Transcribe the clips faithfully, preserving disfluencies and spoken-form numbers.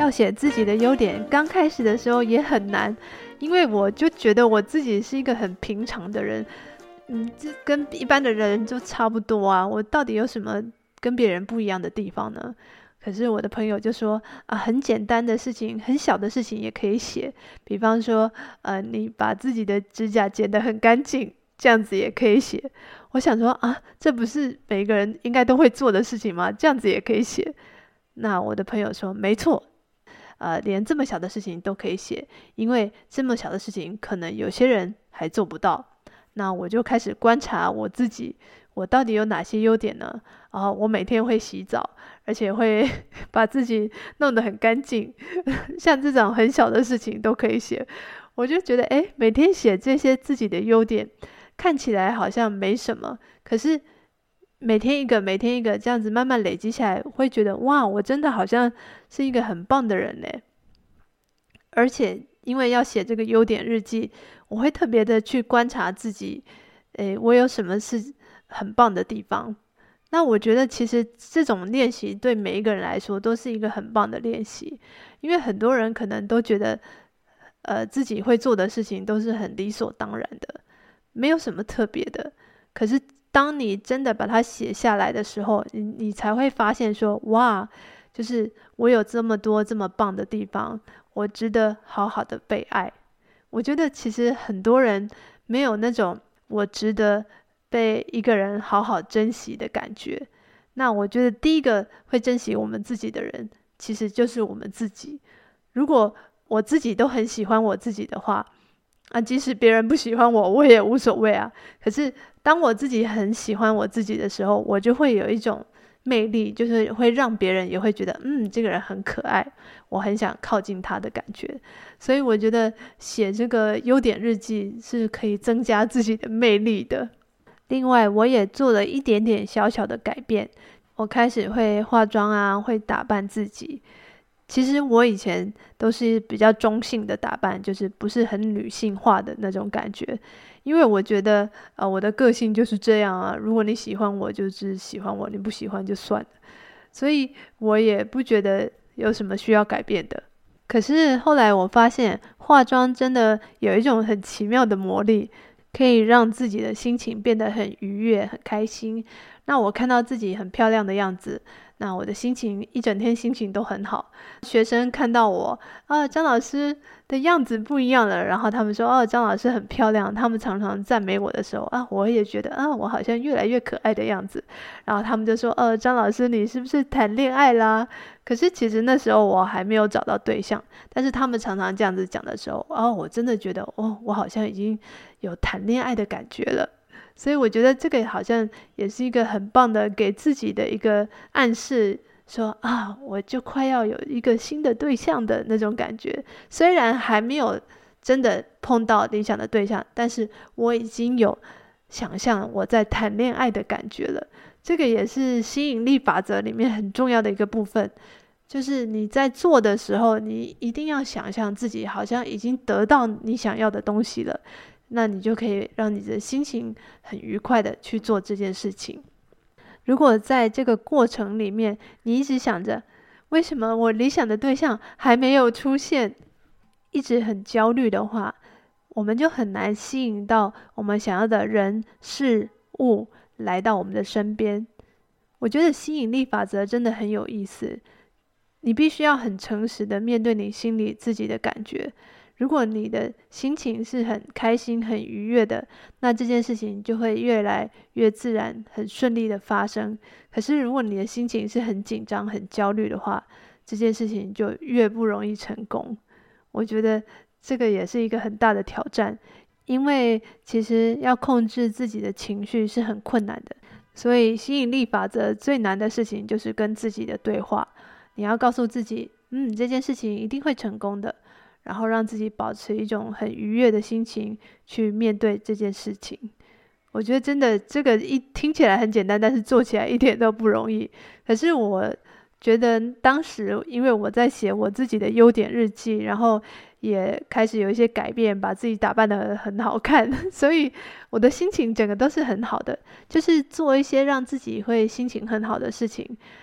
要写自己的优点，刚开始的时候也很难，因为我就觉得我自己是一个很平常的人，嗯，这跟一般的人就差不多啊，我到底有什么跟别人不一样的地方呢？可是我的朋友就说啊，很简单的事情，很小的事情也可以写，比方说，呃，你把自己的指甲剪得很干净，这样子也可以写。我想说啊，这不是每个人应该都会做的事情吗？这样子也可以写。那我的朋友说，没错，呃，连这么小的事情都可以写，因为这么小的事情可能有些人还做不到。那我就开始观察我自己，我到底有哪些优点呢？然后我每天会洗澡，而且会把自己弄得很干净，像这种很小的事情都可以写。我就觉得，哎，每天写这些自己的优点，看起来好像没什么，可是每天一个，每天一个，这样子慢慢累积下来，会觉得哇，我真的好像是一个很棒的人呢。而且因为要写这个优点日记，我会特别的去观察自己，诶，我有什么是很棒的地方。那我觉得其实这种练习对每一个人来说都是一个很棒的练习，因为很多人可能都觉得，呃，自己会做的事情都是很理所当然的，没有什么特别的。可是当你真的把它写下来的时候，你你才会发现说，哇，就是我有这么多这么棒的地方，我值得好好的被爱。我觉得其实很多人没有那种我值得被一个人好好珍惜的感觉。那我觉得第一个会珍惜我们自己的人，其实就是我们自己。如果我自己都很喜欢我自己的话，啊，即使别人不喜欢我，我也无所谓啊。可是当我自己很喜欢我自己的时候，我就会有一种魅力，就是会让别人也会觉得，嗯，这个人很可爱，我很想靠近他的感觉。所以我觉得写这个优点日记是可以增加自己的魅力的。另外，我也做了一点点小小的改变，我开始会化妆啊，会打扮自己。其实我以前都是比较中性的打扮，就是不是很女性化的那种感觉，因为我觉得呃我的个性就是这样啊，如果你喜欢我就是喜欢我，你不喜欢就算了，所以我也不觉得有什么需要改变的。可是后来我发现化妆真的有一种很奇妙的魔力，可以让自己的心情变得很愉悦很开心。那我看到自己很漂亮的样子，那我的心情一整天心情都很好。学生看到我啊，张老师的样子不一样了，然后他们说哦，张老师很漂亮，他们常常赞美我的时候啊，我也觉得啊，我好像越来越可爱的样子。然后他们就说呃，张老师你是不是谈恋爱啦？可是其实那时候我还没有找到对象，但是他们常常这样子讲的时候，哦，我真的觉得哦，我好像已经有谈恋爱的感觉了。所以我觉得这个好像也是一个很棒的给自己的一个暗示，说啊，我就快要有一个新的对象的那种感觉。虽然还没有真的碰到理想的对象，但是我已经有想象我在谈恋爱的感觉了。这个也是吸引力法则里面很重要的一个部分，就是你在做的时候，你一定要想象自己好像已经得到你想要的东西了，那你就可以让你的心情很愉快的去做这件事情。如果在这个过程里面，你一直想着为什么我理想的对象还没有出现，一直很焦虑的话，我们就很难吸引到我们想要的人事物来到我们的身边。我觉得吸引力法则真的很有意思，你必须要很诚实的面对你心里自己的感觉。如果你的心情是很开心很愉悦的，那这件事情就会越来越自然很顺利的发生。可是如果你的心情是很紧张很焦虑的话，这件事情就越不容易成功。我觉得这个也是一个很大的挑战，因为其实要控制自己的情绪是很困难的。所以吸引力法则最难的事情就是跟自己的对话。你要告诉自己，嗯，这件事情一定会成功的，然后让自己保持一种很愉悦的心情去面对这件事情。我觉得真的这个一听起来很简单，但是做起来一点都不容易。可是我觉得当时因为我在写我自己的优点日记，然后也开始有一些改变，把自己打扮得很好看，所以我的心情整个都是很好的，就是做一些让自己会心情很好的事情。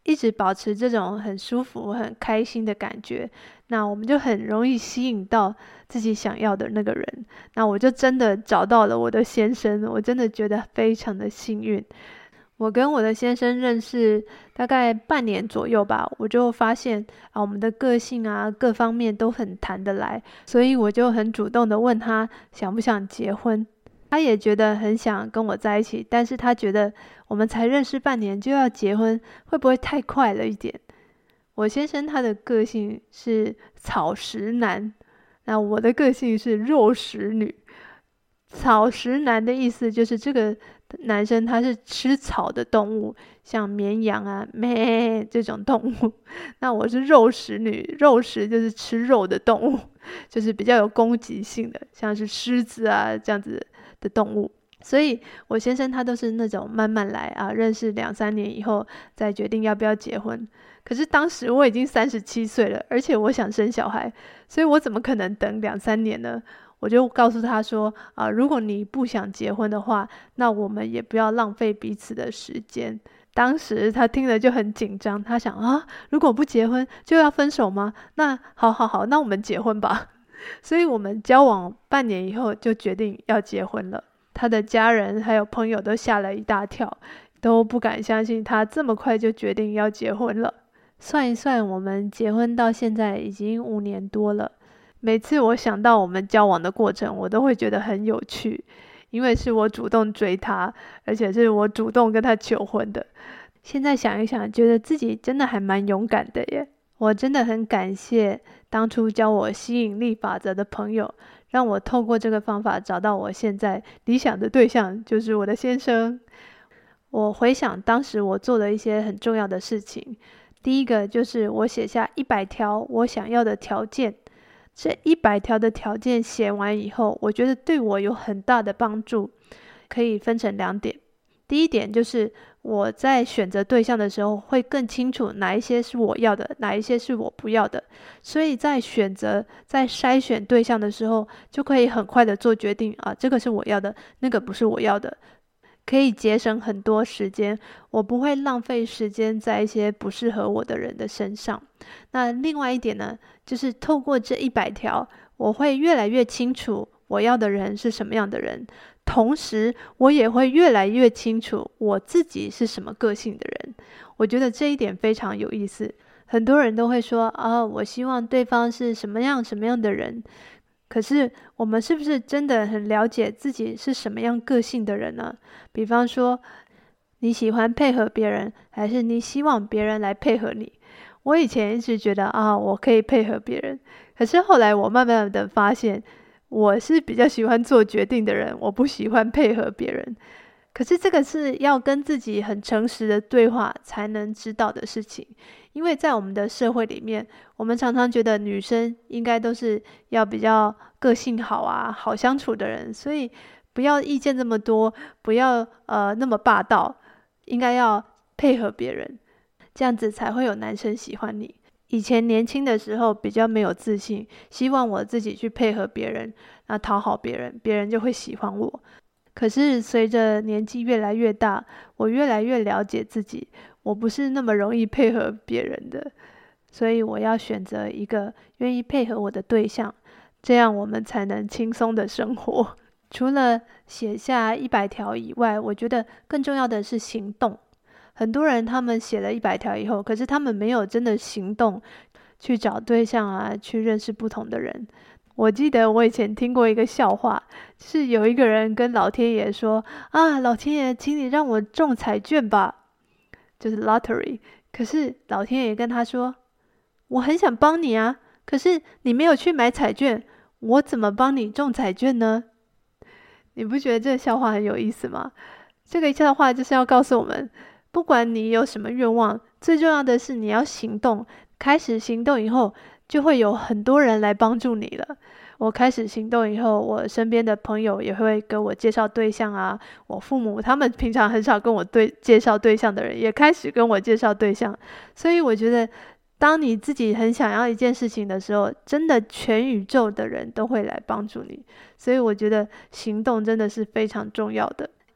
一直保持这种很舒服很开心的感觉，那我们就很容易吸引到自己想要的那个人。那我就真的找到了我的先生，我真的觉得非常的幸运。我跟我的先生认识大概半年左右吧，我就发现啊，我们的个性啊各方面都很谈得来，所以我就很主动的问他想不想结婚。他也觉得很想跟我在一起，但是他觉得我们才认识半年就要结婚，会不会太快了一点？我先生他的个性是草食男，那我的个性是肉食女。草食男的意思就是这个男生他是吃草的动物，像绵羊啊、咩这种动物。那我是肉食女，肉食就是吃肉的动物，就是比较有攻击性的，像是狮子啊这样子的动物。所以我先生他都是那种慢慢来啊，认识两三年以后再决定要不要结婚。可是当时我已经三十七岁了，而且我想生小孩，所以我怎么可能等两三年呢？我就告诉他说啊，如果你不想结婚的话，那我们也不要浪费彼此的时间。当时他听了就很紧张，他想啊，如果不结婚就要分手吗？那好好好，那我们结婚吧。所以我们交往半年以后就决定要结婚了。他的家人还有朋友都吓了一大跳，都不敢相信他这么快就决定要结婚了。算一算，我们结婚到现在已经五年多了。每次我想到我们交往的过程，我都会觉得很有趣，因为是我主动追他，而且是我主动跟他求婚的。现在想一想，觉得自己真的还蛮勇敢的耶。我真的很感谢当初教我吸引力法则的朋友，让我透过这个方法找到我现在理想的对象，就是我的先生。我回想当时我做了一些很重要的事情，第一个就是我写下一百条我想要的条件。这一百条的条件写完以后，我觉得对我有很大的帮助，可以分成两点。第一点就是我在选择对象的时候会更清楚哪一些是我要的，哪一些是我不要的，所以在选择在筛选对象的时候就可以很快的做决定啊，这个是我要的，那个不是我要的，可以节省很多时间，我不会浪费时间在一些不适合我的人的身上。那另外一点呢，就是透过这一百条，我会越来越清楚我要的人是什么样的人，同时我也会越来越清楚我自己是什么个性的人。我觉得这一点非常有意思。很多人都会说啊，我希望对方是什么样什么样的人，可是我们是不是真的很了解自己是什么样个性的人呢？比方说，你喜欢配合别人，还是你希望别人来配合你？我以前一直觉得啊，我可以配合别人，可是后来我慢慢的发现，我是比较喜欢做决定的人，我不喜欢配合别人。可是这个是要跟自己很诚实的对话才能知道的事情，因为在我们的社会里面，我们常常觉得女生应该都是要比较个性好啊，好相处的人，所以不要意见这么多，不要呃那么霸道，应该要配合别人，这样子才会有男生喜欢你。以前年轻的时候比较没有自信，希望我自己去配合别人，那讨好别人，别人就会喜欢我。可是随着年纪越来越大，我越来越了解自己，我不是那么容易配合别人的，所以我要选择一个愿意配合我的对象，这样我们才能轻松的生活。除了写下一百条以外，我觉得更重要的是行动。很多人他们写了一百条以后，可是他们没有真的行动去找对象啊，去认识不同的人。我记得我以前听过一个笑话，是有一个人跟老天爷说啊，老天爷请你让我中彩券吧，就是 lottery。 可是老天爷跟他说，我很想帮你啊，可是你没有去买彩券，我怎么帮你中彩券呢？你不觉得这个笑话很有意思吗？这个笑话就是要告诉我们，不管你有什么愿望，最重要的是你要行动。开始行动以后，就会有很多人来帮助你了。我开始行动以后，我身边的朋友也会给我介绍对象啊，我父母他们平常很少跟我对介绍对象的人，也开始跟我介绍对象。所以我觉得当你自己很想要一件事情的时候，真的全宇宙的人都会来帮助你。所以我觉得行动真的是非常重要的。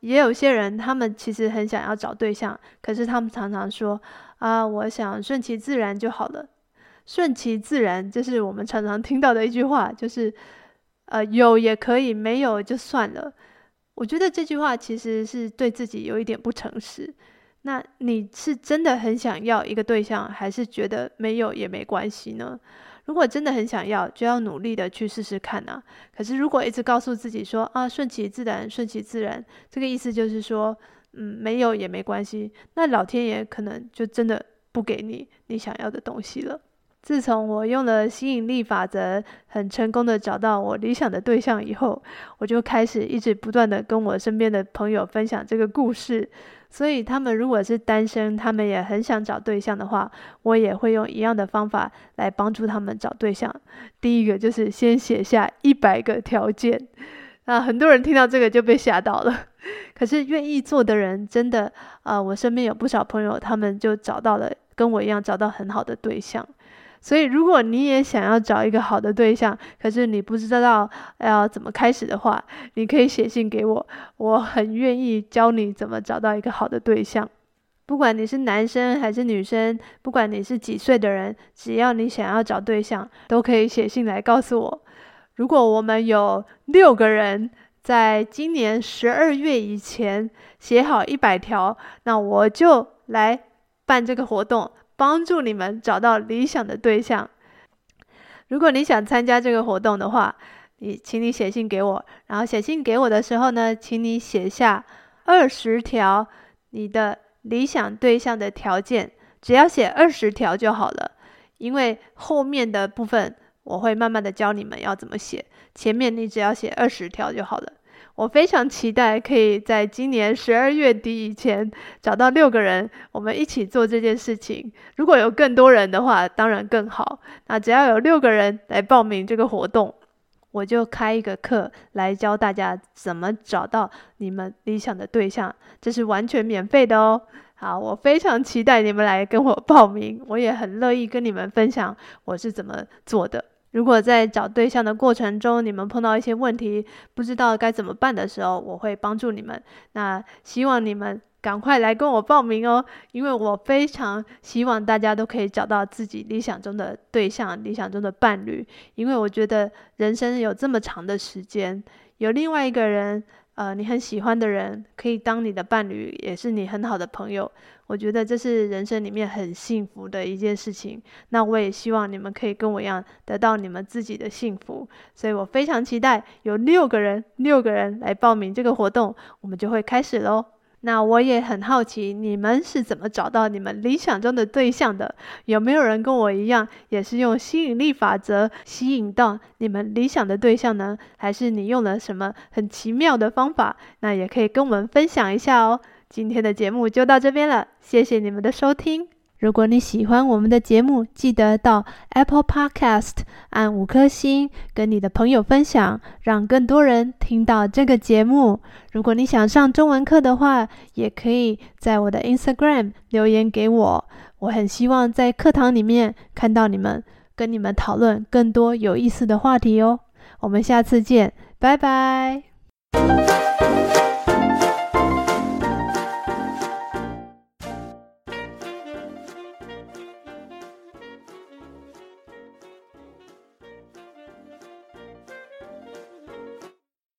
也有些人他们其实很想要找对象，可是他们常常说啊，我想顺其自然就好了。顺其自然，这是我们常常听到的一句话，就是呃，有也可以，没有就算了。我觉得这句话其实是对自己有一点不诚实。那你是真的很想要一个对象，还是觉得没有也没关系呢？如果真的很想要，就要努力的去试试看啊。可是如果一直告诉自己说啊，顺其自然，顺其自然，这个意思就是说，嗯，没有也没关系，那老天爷可能就真的不给你你想要的东西了。自从我用了吸引力法则，很成功的找到我理想的对象以后，我就开始一直不断的跟我身边的朋友分享这个故事。所以他们如果是单身，他们也很想找对象的话，我也会用一样的方法来帮助他们找对象。第一个就是先写下一百个条件。那很多人听到这个就被吓到了，可是愿意做的人真的，呃，我身边有不少朋友，他们就找到了跟我一样找到很好的对象。所以如果你也想要找一个好的对象，可是你不知道要怎么开始的话，你可以写信给我，我很愿意教你怎么找到一个好的对象。不管你是男生还是女生，不管你是几岁的人，只要你想要找对象，都可以写信来告诉我。如果我们有六个人在今年十二月以前写好一百条，那我就来办这个活动，帮助你们找到理想的对象。如果你想参加这个活动的话，你请你写信给我，然后写信给我的时候呢，请你写下二十条你的理想对象的条件，只要写二十条就好了，因为后面的部分我会慢慢的教你们要怎么写，前面你只要写二十条就好了。我非常期待可以在今年十二月底以前找到六个人，我们一起做这件事情。如果有更多人的话，当然更好。那只要有六个人来报名这个活动，我就开一个课来教大家怎么找到你们理想的对象，这是完全免费的哦。好，我非常期待你们来跟我报名，我也很乐意跟你们分享我是怎么做的。如果在找对象的过程中，你们碰到一些问题，不知道该怎么办的时候，我会帮助你们。那希望你们赶快来跟我报名哦，因为我非常希望大家都可以找到自己理想中的对象，理想中的伴侣。因为我觉得人生有这么长的时间，有另外一个人，呃，你很喜欢的人，可以当你的伴侣，也是你很好的朋友。我觉得这是人生里面很幸福的一件事情。那我也希望你们可以跟我一样得到你们自己的幸福。所以我非常期待有六个人，六个人来报名这个活动，我们就会开始咯。那我也很好奇，你们是怎么找到你们理想中的对象的？有没有人跟我一样，也是用吸引力法则吸引到你们理想的对象呢？还是你用了什么很奇妙的方法？那也可以跟我们分享一下哦。今天的节目就到这边了，谢谢你们的收听。如果你喜欢我们的节目，记得到 Apple Podcast 按五颗星，跟你的朋友分享，让更多人听到这个节目。如果你想上中文课的话，也可以在我的 Instagram 留言给我，我很希望在课堂里面看到你们，跟你们讨论更多有意思的话题哦。我们下次见，拜拜。